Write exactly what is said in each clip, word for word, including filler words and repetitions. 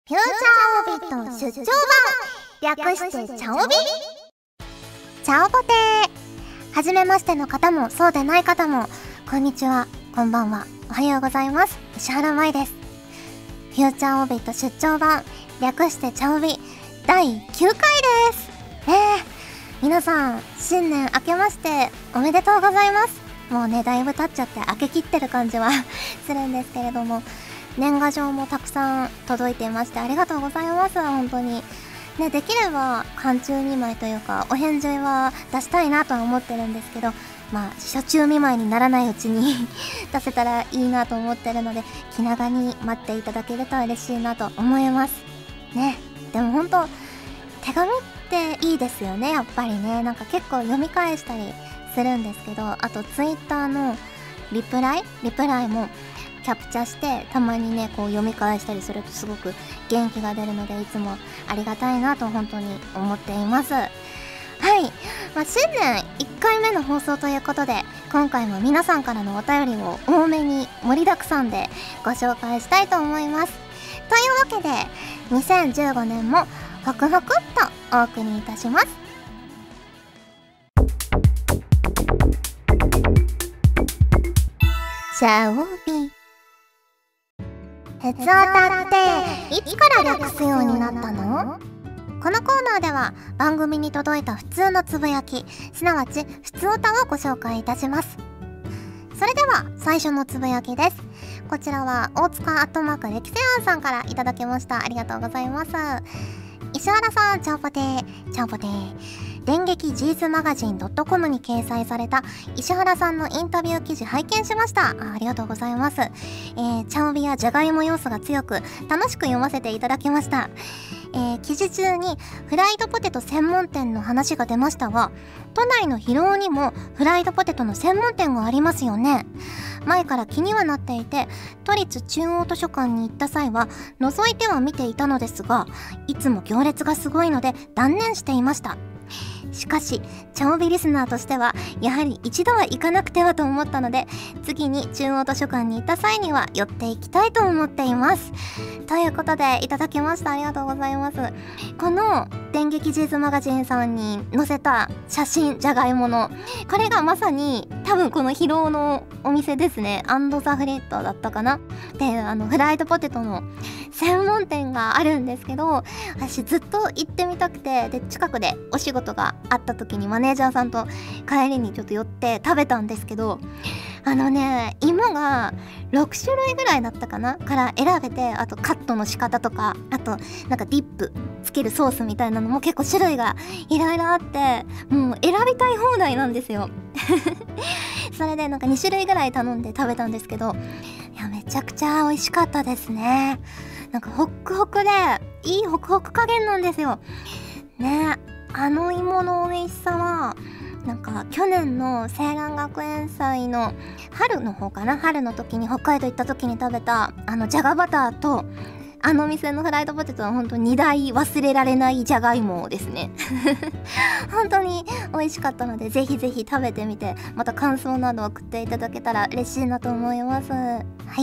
フューチャーオビット出張版、略してチャオビ。チャオポテー。はじめましての方もそうでない方もこんにちは、こんばんは、おはようございます。石原舞です。フューチャーオビット出張版、略してチャオビだいきゅうかいです。ねえ、皆さん新年明けましておめでとうございます。もうね、だいぶ経っちゃって明けきってる感じはするんですけれども、年賀状もたくさん届いていましてありがとうございます。本当にね、できれば寒中見舞いというかお返事は出したいなとは思ってるんですけど、まあ初中見舞いにならないうちに出せたらいいなと思ってるので、気長に待っていただけると嬉しいなと思いますね。でも本当手紙っていいですよね、やっぱりね。なんか結構読み返したりするんですけど、あとツイッターのリプライリプライもキャプチャしてたまにねこう読み返したりするとすごく元気が出るので、いつもありがたいなと本当に思っています。はい、まあ、新年いっかいめの放送ということで、今回も皆さんからのお便りを多めに盛りだくさんでご紹介したいと思います。というわけでにせんじゅうごねんもホクホクっとお送りいたします。チャオビ。ふつおたっていつから略すようになったの？このコーナーでは番組に届いた普通のつぶやき、すなわちふつおたをご紹介いたします。それでは最初のつぶやきです。こちらは大塚アットマーク歴世庵さんからいただきました。ありがとうございます。石原さん、チャオポテー、チャオポテー。電撃ジーズマガジン .com に掲載された石原さんのインタビュー記事拝見しました。 あ, ありがとうございます。えー、チャオビやジャガイモ要素が強く楽しく読ませていただきました。えー、記事中にフライドポテト専門店の話が出ましたが、都内の広尾にもフライドポテトの専門店がありますよね。前から気にはなっていて、都立中央図書館に行った際は覗いては見ていたのですが、いつも行列がすごいので断念していました。しかしチャオビリスナーとしてはやはり一度は行かなくてはと思ったので、次に中央図書館に行った際には寄っていきたいと思っています。ということでいただきました。ありがとうございます。この電撃ジーズマガジンさんに載せた写真、じゃがいものこれがまさに多分この広尾のお店ですね。アンドザフレットだったかな。で、あのフライドポテトの専門店があるんですけど、私ずっと行ってみたくて、で近くでお仕事があった時にマネージャーさんと帰りにちょっと寄って食べたんですけど、あのね、芋がろくしゅるいぐらいだったかなから選べて、あとカットの仕方とか、あとなんかディップつけるソースみたいなのも結構種類がいろいろあって、もう選びたい放題なんですよそれでなんかにしゅるいぐらい頼んで食べたんですけど、いやめちゃくちゃ美味しかったですね。なんかホックホクでいいホクホク加減なんですよね。あの芋の美味しさはなんか去年の青蘭学園祭の春の方かな、春の時に北海道行った時に食べたあのじゃがバターとあの店のフライドポテトは本当にに大忘れられないじゃがいもですね本当に美味しかったので、ぜひぜひ食べてみて、また感想など送っていただけたら嬉しいなと思います。はい、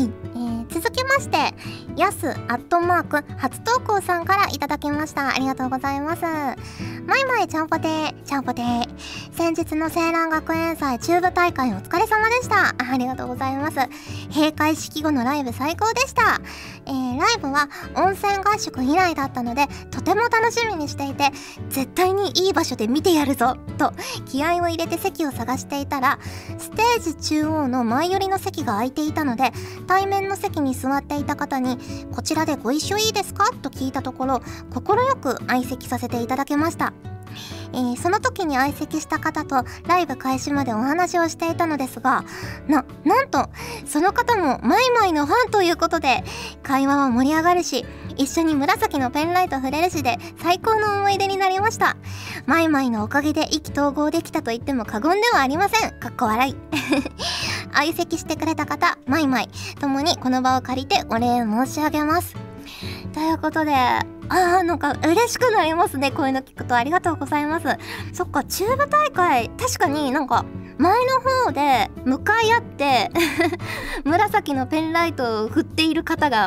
えー、続きましてやすアットマーク初投稿さんからいただきました。ありがとうございます。マイマイちゃんぽてー、ちゃんぽてー。先日の青蘭学園祭中部大会お疲れ様でした。ありがとうございます。閉会式後のライブ最高でした。えー、ライブは温泉合宿以来だったのでとても楽しみにしていて、絶対にいい場所で見てやるぞと気合を入れて席を探していたら、ステージ中央の前寄りの席が空いていたので、対面の席に座っていた方にこちらでご一緒いいですかと聞いたところ、快く相席させていただけました。えー、その時に相席した方とライブ開始までお話をしていたのですが、な、なんとその方もマイマイのファンということで、会話は盛り上がるし、一緒に紫のペンライト触れるしで最高の思い出になりました。マイマイのおかげで意気投合できたと言っても過言ではありません。かっこ笑い相席してくれた方、マイマイともにこの場を借りてお礼申し上げます。ということで、あーなんか嬉しくなりますね。こういうの聞くとありがとうございます。そっか、中部大会確かになんか前の方で向かい合って紫のペンライトを振っている方が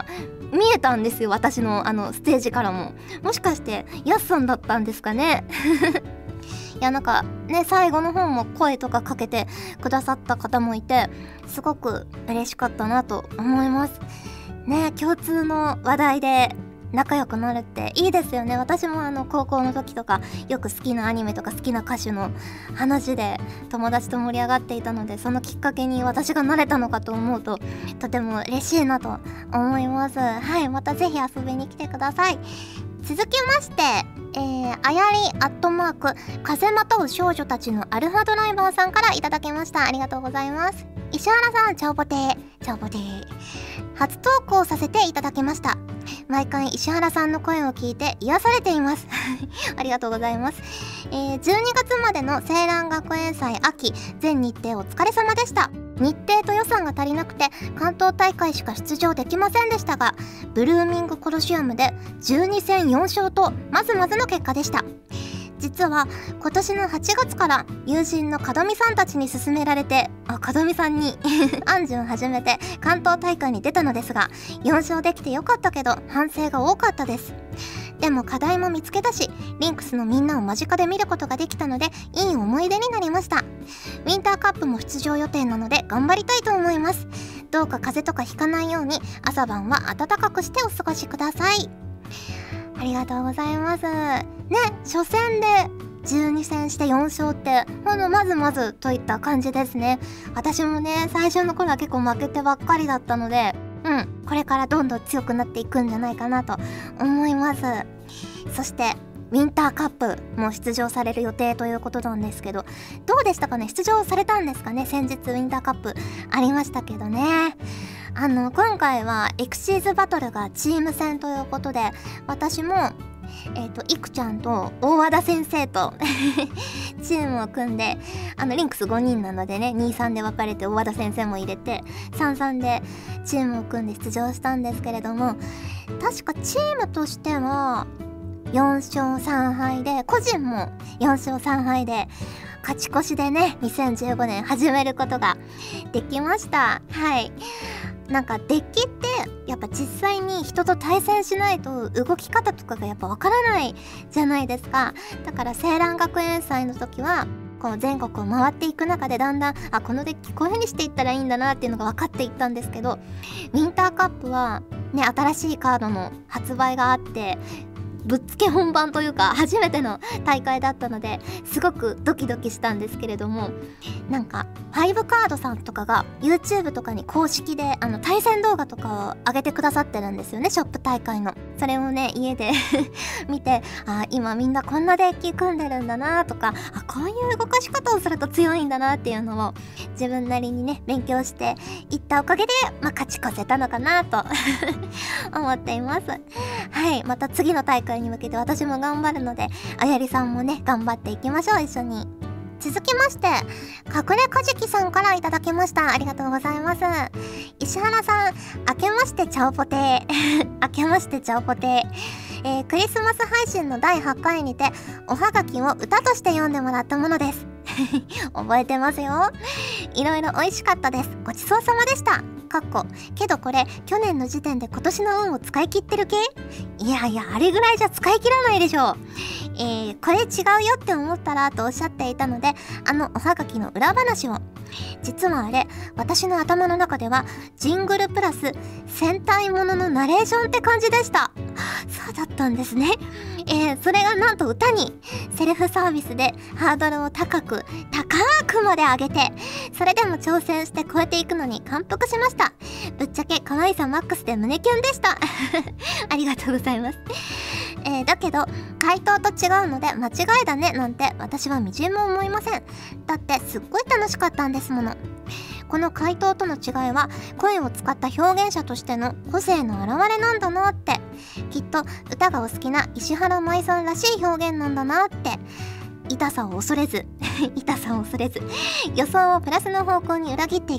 見えたんですよ、私のあのステージからも。もしかしてやすさんだったんですかね。いやなんかね、最後の方も声とかかけてくださった方もいて、すごく嬉しかったなと思いますね。共通の話題で仲良くなるっていいですよね。私もあの高校の時とかよく好きなアニメとか好きな歌手の話で友達と盛り上がっていたので、そのきっかけに私がなれたのかと思うととても嬉しいなと思います。はい、またぜひ遊びに来てください。続きまして、えー、あやりアットマーク風まとう少女たちのアルファドライバーさんからいただきました。ありがとうございます。石原さん、チャオポテーチャオポテー。初投稿させていただきました。毎回石原さんの声を聞いて癒されています。ありがとうございます。えー、じゅうにがつまでの青蘭学園祭秋全日程お疲れ様でした。日程と予算が足りなくて関東大会しか出場できませんでしたが、ブルーミングコロシアムでじゅうにせんよん勝とまずまずの結果でした。実は今年のはちがつから友人の門美さんたちに勧められて、あ、門美さんにアンジュン始めて関東大会に出たのですが、よん勝できてよかったけど反省が多かったです。でも課題も見つけたし、リンクスのみんなを間近で見ることができたのでいい思い出になりました。ウィンターカップも出場予定なので頑張りたいと思います。どうか風邪とかひかないように朝晩は暖かくしてお過ごしください。ありがとうございます。ね、初戦でじゅうに戦してよん勝ってほんのまずまずといった感じですね。私もね、最初の頃は結構負けてばっかりだったので、うん、これからどんどん強くなっていくんじゃないかなと思います。そしてウィンターカップも出場される予定ということなんですけど、どうでしたかね。出場されたんですかね。先日ウィンターカップありましたけどね。あの今回はエクシーズバトルがチーム戦ということで、私もえっといくちゃんと大和田先生とチームを組んで、あのリンクスごにんなのでね、にさんで分かれて大和田先生も入れてさんさんでチームを組んで出場したんですけれども、確かチームとしてはよん勝さん敗で、個人もよん勝さん敗で勝ち越しでね、にせんじゅうごねん始めることができました。はい、なんかデッキってやっぱ実際に人と対戦しないと動き方とかがやっぱわからないじゃないですか。だから青蘭学園祭の時はこう全国を回っていく中でだんだん、あ、このデッキこういう風にしていったらいいんだなっていうのが分かっていったんですけど、ウィンターカップはね、新しいカードの発売があってぶっつけ本番というか初めての大会だったので、すごくドキドキしたんですけれども、なんかファイブカードさんとかが YouTube とかに公式であの対戦動画とかを上げてくださってるんですよね、ショップ大会の。それをね、家で見て、あ、今みんなこんなデッキ組んでるんだなとか、あ、こういう動かし方をすると強いんだなっていうのを自分なりにね勉強していったおかげで、まあ、勝ち越せたのかなと思っています。はい、また次の大会に向けて私も頑張るので、あやりさんもね頑張っていきましょう、一緒に。続きまして、隠れかじきさんからいただきました。ありがとうございます。石原さん、明けましてチャオポテー明けましてチャオポテー、えー、クリスマス配信のだいはちかいにておはがきを歌として読んでもらったものです覚えてますよ。いろいろ美味しかったです。ごちそうさまでした。かっこけどこれ去年の時点で今年の運を使い切ってる系？いやいや、あれぐらいじゃ使い切らないでしょう。えー、これ違うよって思ったらとおっしゃっていたので、あのおはがきの裏話を。実はあれ、私の頭の中ではジングルプラス戦隊もののナレーションって感じでした。そうだったんですね。えー、それがなんと歌にセルフサービスでハードルを高く高くまで上げて、それでも挑戦して超えていくのに感服しました。ぶっちゃけ可愛さマックスで胸キュンでしたありがとうございます。えー、だけど回答と違うので間違いだねなんて私はみじんも思いません。だってすっごい楽しかったんですもの。この回答との違いは声を使った表現者としての個性の表れなんだなって、きっと歌がお好きな石原舞さんらしい表現なんだなって。痛さを恐れず痛さを恐れず予想をプラスの方向に裏切っていく、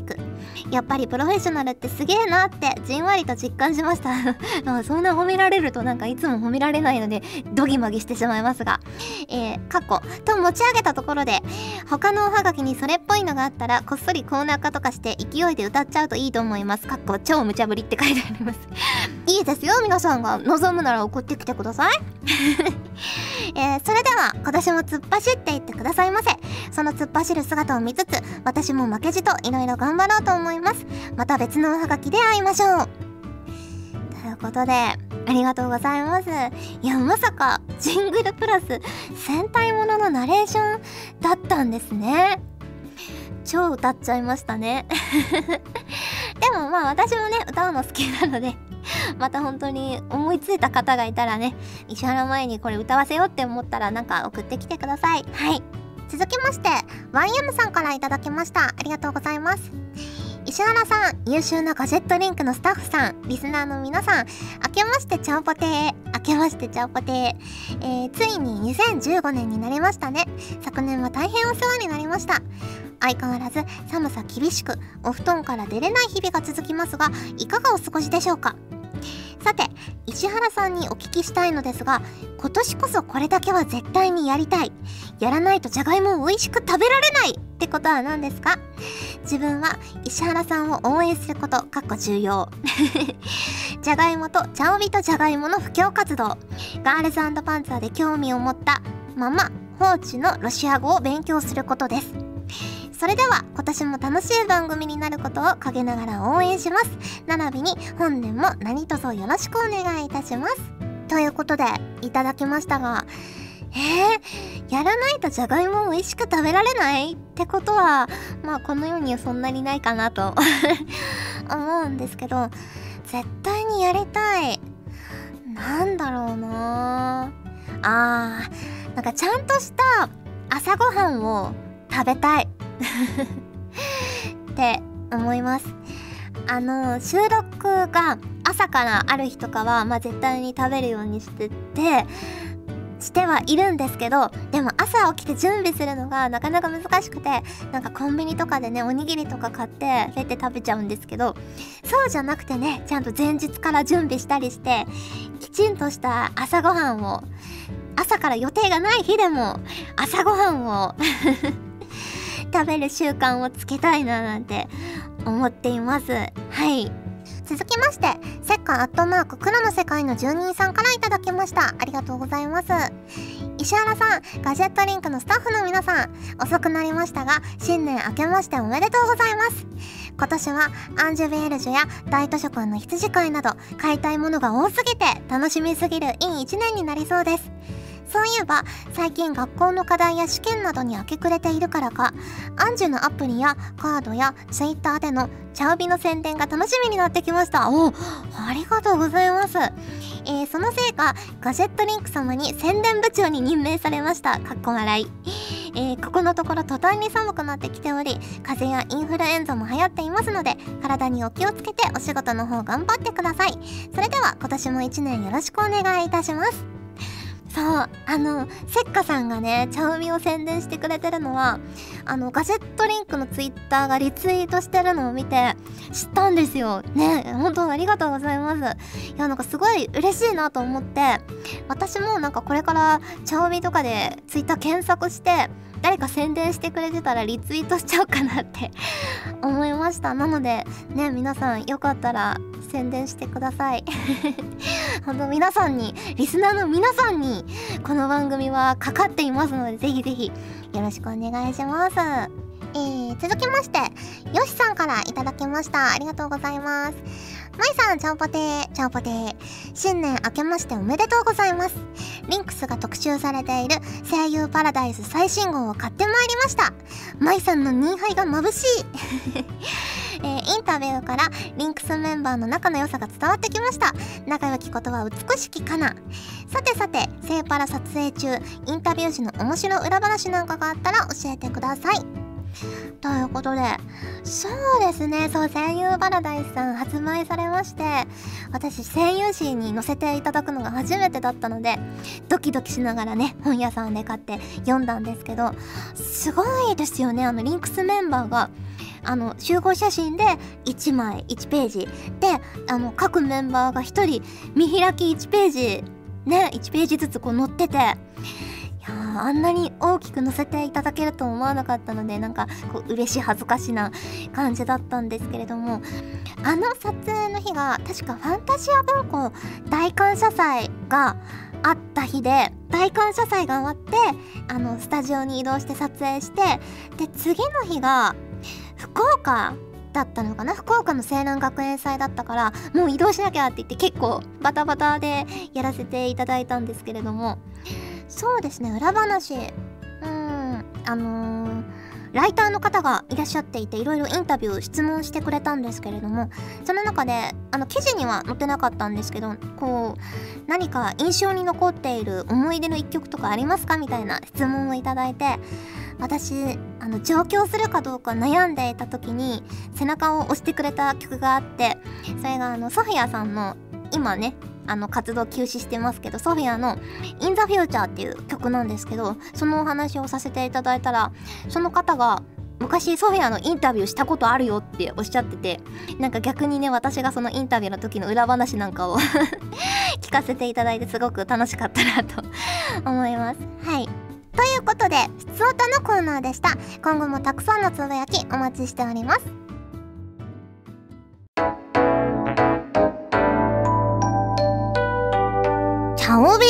やっぱりプロフェッショナルってすげえなってじんわりと実感しましたあ、そんな褒められるとなんかいつも褒められないのでドギマギしてしまいますが、えー、過去と持ち上げたところで、他のおはがきにそれっぽいのがあったらこっそりコーナー化とかして勢いで歌っちゃうといいと思います。かっこ超無茶ぶりって書いてありますいいですよ、皆さんが望むなら送ってきてくださいえー、それでは今年も突っ走っていってくださいませ。その突っ走る姿を見つつ、私も負けじといろいろ頑張ろうと思います。また別のおはがきで会いましょう。ということで、ありがとうございます。いや、まさかジングルプラス戦隊もののナレーションだったんですね。超歌っちゃいましたねでもまあ私もね、歌うの好きなのでまた本当に思いついた方がいたらね、石原舞にこれ歌わせようって思ったらなんか送ってきてください。はい、続きまして ワイエム さんからいただきました。ありがとうございます。石原さん、優秀なガジェットリンクのスタッフさん、リスナーの皆さん、明けましてちゃうぽてー。明けましてちゃうぽてー。えー、ついににせんじゅうごねんになりましたね。昨年は大変お世話になりました。相変わらず寒さ厳しく、お布団から出れない日々が続きますが、いかがお過ごしでしょうか。さて、石原さんにお聞きしたいのですが、今年こそこれだけは絶対にやりたい、やらないとじゃがいもを美味しく食べられないってことは何ですか？自分は石原さんを応援すること、かっこ重要じゃがいもと茶帯とじゃがいもの布教活動、ガールズ&パンツァーで興味を持ったまま放置のロシア語を勉強することです。それでは今年も楽しい番組になることを陰ながら応援します。並びに本年も何卒よろしくお願いいたします。ということでいただきましたが、えー、やらないとじゃがいもを美味しく食べられないってことは、まあこの世にはそんなにないかなと思うんですけど、絶対にやりたい。なんだろうなあー、なんかちゃんとした朝ごはんを食べたいって思います。あの収録が朝からある日とかは、まあ、絶対に食べるようにしててしてはいるんですけど、でも朝起きて準備するのがなかなか難しくて、なんかコンビニとかでねおにぎりとか買って出て食べちゃうんですけど、そうじゃなくてね、ちゃんと前日から準備したりしてきちんとした朝ごはんを、朝から予定がない日でも朝ごはんを食べる習慣をつけたいななんて思っています。はい、続きまして、せっかアットマーク黒の世界の住人さんからいただきました。ありがとうございます。石原さん、ガジェットリンクのスタッフの皆さん、遅くなりましたが新年明けましておめでとうございます。今年はアンジュベールジュや大図書館の羊飼いなど買いたいものが多すぎて楽しみすぎるいい一年になりそうです。そういえば最近学校の課題や試験などに明け暮れているからか、アンジュのアプリやカードやツイッターでのチャウビの宣伝が楽しみになってきました。お、ありがとうございます。えー、そのせいかガジェットリンク様に宣伝部長に任命されました。かっこ笑い。えー、ここのところ途端に寒くなってきており、風邪やインフルエンザも流行っていますので、体にお気をつけてお仕事の方頑張ってください。それでは今年も一年よろしくお願いいたします。そう、あのせっかさんがね茶海を宣伝してくれてるのは、あのガジェットリンクのツイッターがリツイートしてるのを見て知ったんですよね。本当ありがとうございます。いや、なんかすごい嬉しいなと思って、私もなんかこれから茶海とかでツイッター検索して誰か宣伝してくれてたらリツイートしちゃおうかなって思いました。なのでね、皆さんよかったら宣伝してください本当皆さんに、リスナーの皆さんにこの番組はかかっていますので、ぜひぜひよろしくお願いします。えー、続きましてよしさんからいただきました。ありがとうございます。まいさん、ちゃんぽてー、ちゃんぽてー。新年明けましておめでとうございます。リンクスが特集されている声優パラダイス最新号を買ってまいりました。まいさんのニーハイが眩しい、えー、インタビューからリンクスメンバーの仲の良さが伝わってきました。仲良きことは美しきかな。さてさて、聖パラ撮影中インタビュー時の面白裏話なんかがあったら教えてください。 ということで、そうですね、そう、声優パラダイスさん発売されまして、私声優誌に載せていただくのが初めてだったので、ドキドキしながらね、本屋さんで買って読んだんですけど、すごいですよね。あのリンクスメンバーがあの集合写真でいちまいいちページで、あの各メンバーがひとり見開きいちページね、いちページずつこう載ってて、いやー、あんなに大きく載せていただけると思わなかったので、なんかこう嬉しい恥ずかしな感じだったんですけれども、あの撮影の日が確かファンタジア文庫大感謝祭があった日で、大感謝祭が終わってあのスタジオに移動して撮影して、で次の日が福岡だったのかな、福岡の青南学園祭だったから、もう移動しなきゃって言って結構バタバタでやらせていただいたんですけれども、そうですね、裏話、うーんあのー、ライターの方がいらっしゃっていて、いろいろインタビュー質問してくれたんですけれども、その中であの記事には載ってなかったんですけど、こう何か印象に残っている思い出の一曲とかありますかみたいな質問をいただいて、私あの上京するかどうか悩んでいた時に背中を押してくれた曲があって、それがあのソフィアさんの今ねあの活動休止してますけど、ソフィアの「In the Future」っていう曲なんですけど、そのお話をさせていただいたら、その方が昔ソフィアのインタビューしたことあるよっておっしゃってて、なんか逆にね、私がそのインタビューの時の裏話なんかを聞かせていただいて、すごく楽しかったなと思います。はい、ということで、ふつおたのコーナーでした。今後もたくさんのつぶやきお待ちしております。チャオビ、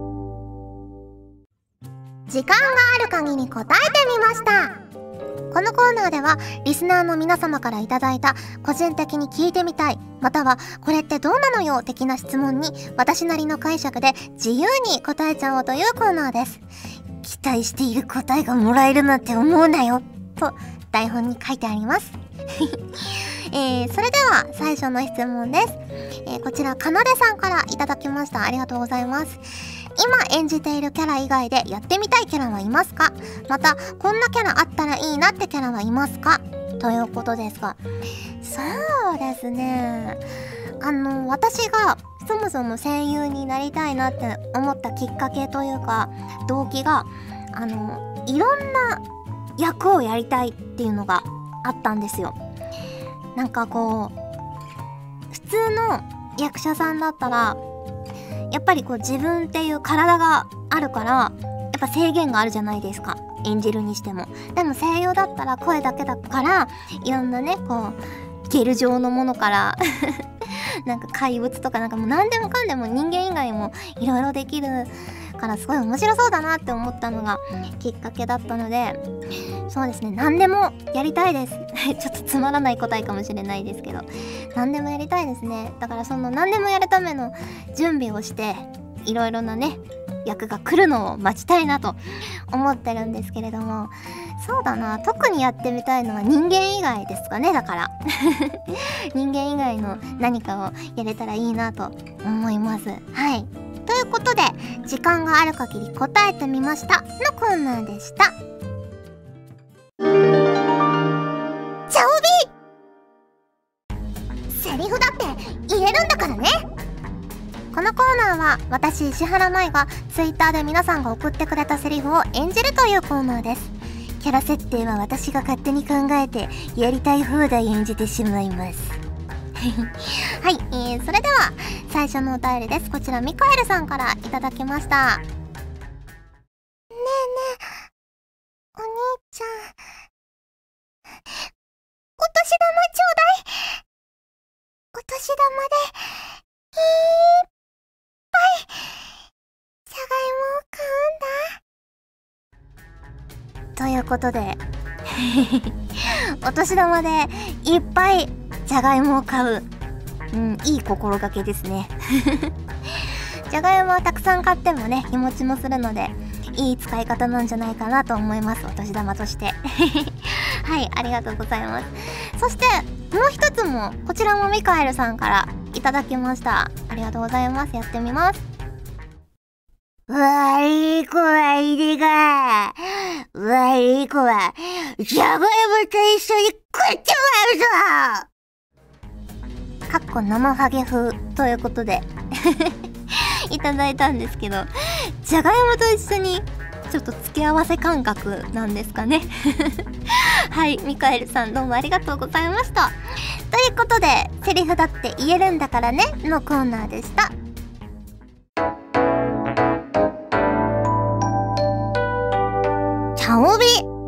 時間がある限り答えてみました。このコーナーではリスナーの皆様からいただいた個人的に聞いてみたい、またはこれってどうなのよ的な質問に私なりの解釈で自由に答えちゃおうというコーナーです。期待している答えがもらえるなんて思うなよと台本に書いてあります。えー、それでは最初の質問です。えー、こちらかなでさんからいただきました。ありがとうございます。今演じているキャラ以外でやってみたいキャラはいますか？またこんなキャラあったらいいなってキャラはいますか？ということですが、そうですね、あの私がそもそも声優になりたいなって思ったきっかけというか動機が、あのいろんな役をやりたいっていうのがあったんですよ。なんかこう普通の役者さんだったらやっぱりこう自分っていう体があるからやっぱ制限があるじゃないですか、演じるにしても。でも声優だったら声だけだからいろんなねこうゲル状のものからなんか怪物とかなんかもう何でもかんでも人間以外もいろいろできるからすごい面白そうだなって思ったのがきっかけだったので、そうですね、何でもやりたいですちょっとつまらない答えかもしれないですけど、何でもやりたいですね。だからその何でもやるための準備をしていろいろなね役が来るのを待ちたいなと思ってるんですけれども、そうだな、特にやってみたいのは人間以外ですかね。だから人間以外の何かをやれたらいいなと思います。はい、ということで時間がある限り答えてみましたのコーナーでした。チャオビ、セリフだって入れるんだからね。このコーナーは私石原舞がツイッターで皆さんが送ってくれたセリフを演じるというコーナーです。キャラ設定は私が勝手に考えてやりたい放題演じてしまいますはい、えー、それでは最初のお便りです。こちらミカエルさんからいただきました。ねえねえお兄ちゃん、お年玉ちょうだい。お年玉でいっぱいじゃがいもを買うんだということでお年玉でいっぱいじゃがいもを買う、うん、いい心がけですねじゃがいもはたくさん買ってもね日持ちもするのでいい使い方なんじゃないかなと思います、お年玉としてはい、ありがとうございます。そしてもう一つもこちらもミカエルさんからいただきました。ありがとうございます。やってみます。 悪い子はいるが、悪い子は、じゃがいもと一緒に食っちまうぞ。かっこ生ハゲ風ということでいただいたんですけど、じゃがいもと一緒にちょっと付け合わせ感覚なんですかねはい、ミカエルさんどうもありがとうございました。ということで、セリフだって言えるんだからねのコーナーでした。チャオビ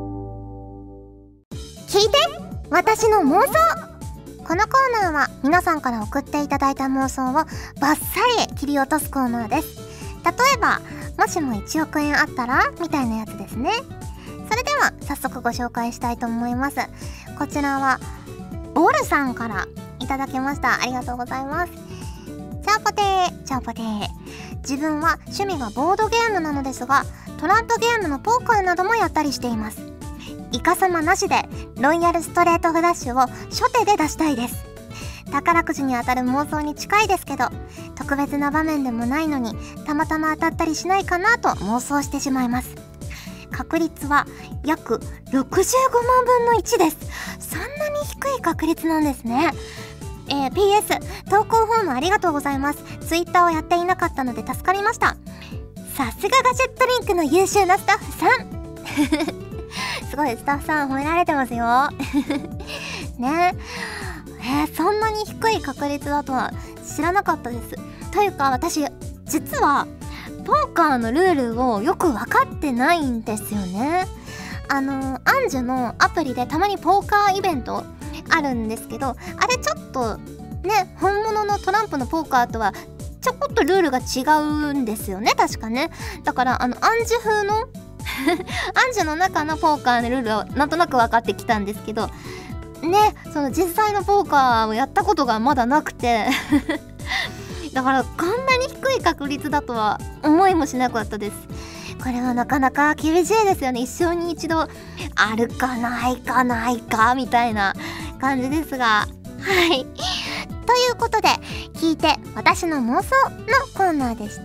聞いて、私の妄想。このコーナーは皆さんから送っていただいた妄想をバッサリ切り落とすコーナーです。例えば、もしもいちおくえんあったらみたいなやつですね。それでは早速ご紹介したいと思います。こちらはボルさんからいただきました。ありがとうございます。チャオポテーチャオポテー。自分は趣味がボードゲームなのですが、トランプゲームのポーカーなどもやったりしています。イカサマなしでロイヤルストレートフラッシュを初手で出したいです。宝くじに当たる妄想に近いですけど、特別な場面でもないのにたまたま当たったりしないかなと妄想してしまいます。確率は約ろくじゅうごまんぶんのいちです。そんなに低い確率なんですね。えー、ピーエス 投稿フォームありがとうございます。ツイッターをやっていなかったので助かりました。さすがガジェットリンクの優秀なスタッフさんすごいスタッフさん褒められてますよねえー、そんなに低い確率だとは知らなかったです。というか私実はポーカーのルールをよく分かってないんですよね。あのアンジュのアプリでたまにポーカーイベントあるんですけど、あれちょっとね、本物のトランプのポーカーとはちょこっとルールが違うんですよね、確かね。だからあのアンジュ風のアンジュの中のポーカーのルールはなんとなく分かってきたんですけどね、その実際のポーカーをやったことがまだなくてだからこんなに低い確率だとは思いもしなかったです。これはなかなか厳しいですよね。一生に一度あるかないかないかみたいな感じですが、はいということで、聞いて私の妄想のコーナーでした。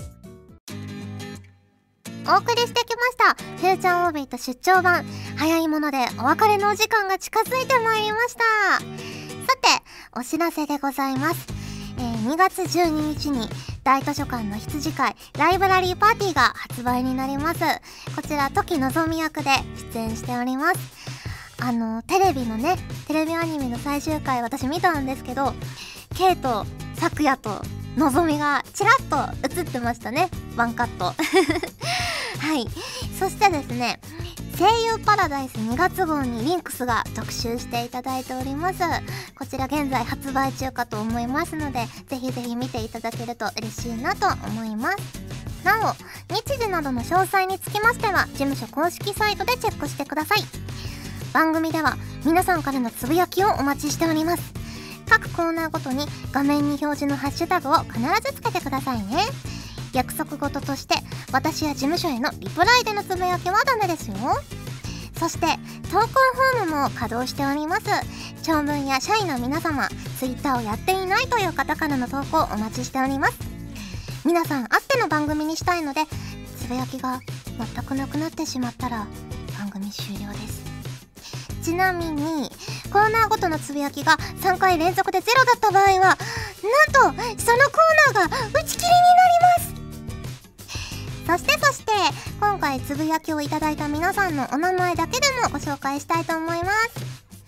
お送りしてきましたフューチャーオービート出張版。早いものでお別れのお時間が近づいてまいりました。さてお知らせでございます。えー、にがつじゅうににちに大図書館の羊会ライブラリーパーティーが発売になります。こちら時のぞみ役で出演しております。あのテレビのねテレビアニメの最終回私見たんですけど、ケイとサクヤとのぞみがちらっと映ってましたね、ワンカットはい、そしてですね、声優パラダイスにがつ号にリンクスが特集していただいております。こちら現在発売中かと思いますので、ぜひぜひ見ていただけると嬉しいなと思います。なお日時などの詳細につきましては事務所公式サイトでチェックしてください。番組では皆さんからのつぶやきをお待ちしております。各コーナーごとに画面に表示のハッシュタグを必ずつけてくださいね。約束事として私や事務所へのリプライでのつぶやきはダメですよ。そして投稿フォームも稼働しております。長文や社員の皆様、ツイッターをやっていないという方からの投稿お待ちしております。皆さんあっての番組にしたいので、つぶやきが全くなくなってしまったら番組終了です。ちなみにコーナーごとのつぶやきがさんかい連続でゼロだった場合は、なんとそのコーナーが打ち切りになります。そしてそして今回つぶやきをいただいた皆さんのお名前だけでもご紹介したいと思います。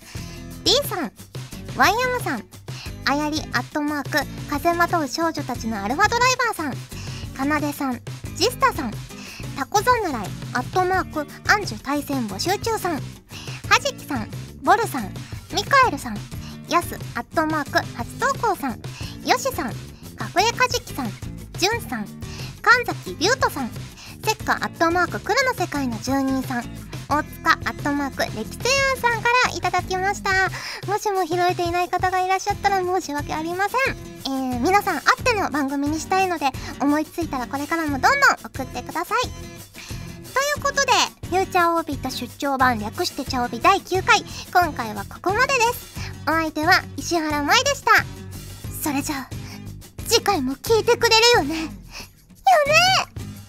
D さん、ワイヤムさん、あやりアットマーク風まとう少女たちのアルファドライバーさん、かなでさん、ジスタさん、タコ侍アットマークアンジュ対戦募集中さん、はじきさん、ボルさん、ミカエルさん、ヤスアットマーク初投稿さん、ヨシさん、かふえかじきさん、ジュンさん、神崎ビュートさん、セッカアットマーク黒の世界の住人さん、大塚アットマーク歴世庵さんからいただきました。もしも拾えていない方がいらっしゃったら申し訳ありません。えー、皆さんあっての番組にしたいので、思いついたらこれからもどんどん送ってください。ということでフューチャーオービット出張版略してチャオビだいきゅうかい、今回はここまでです。お相手は石原舞でした。それじゃあ次回も聞いてくれるよねよね。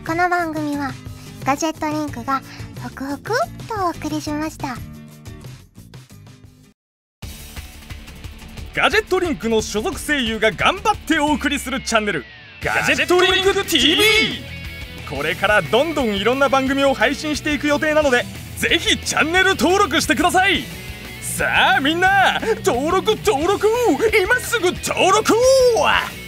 この番組はガジェットリンクがホクホクっとお送りしました。 ガジェットリンクの所属声優が頑張ってお送りするチャンネルガジェットリンク ティーブイ。 これからどんどんいろんな番組を配信していく予定なので、ぜひチャンネル登録してください。さあみんな登録登録今すぐ登録。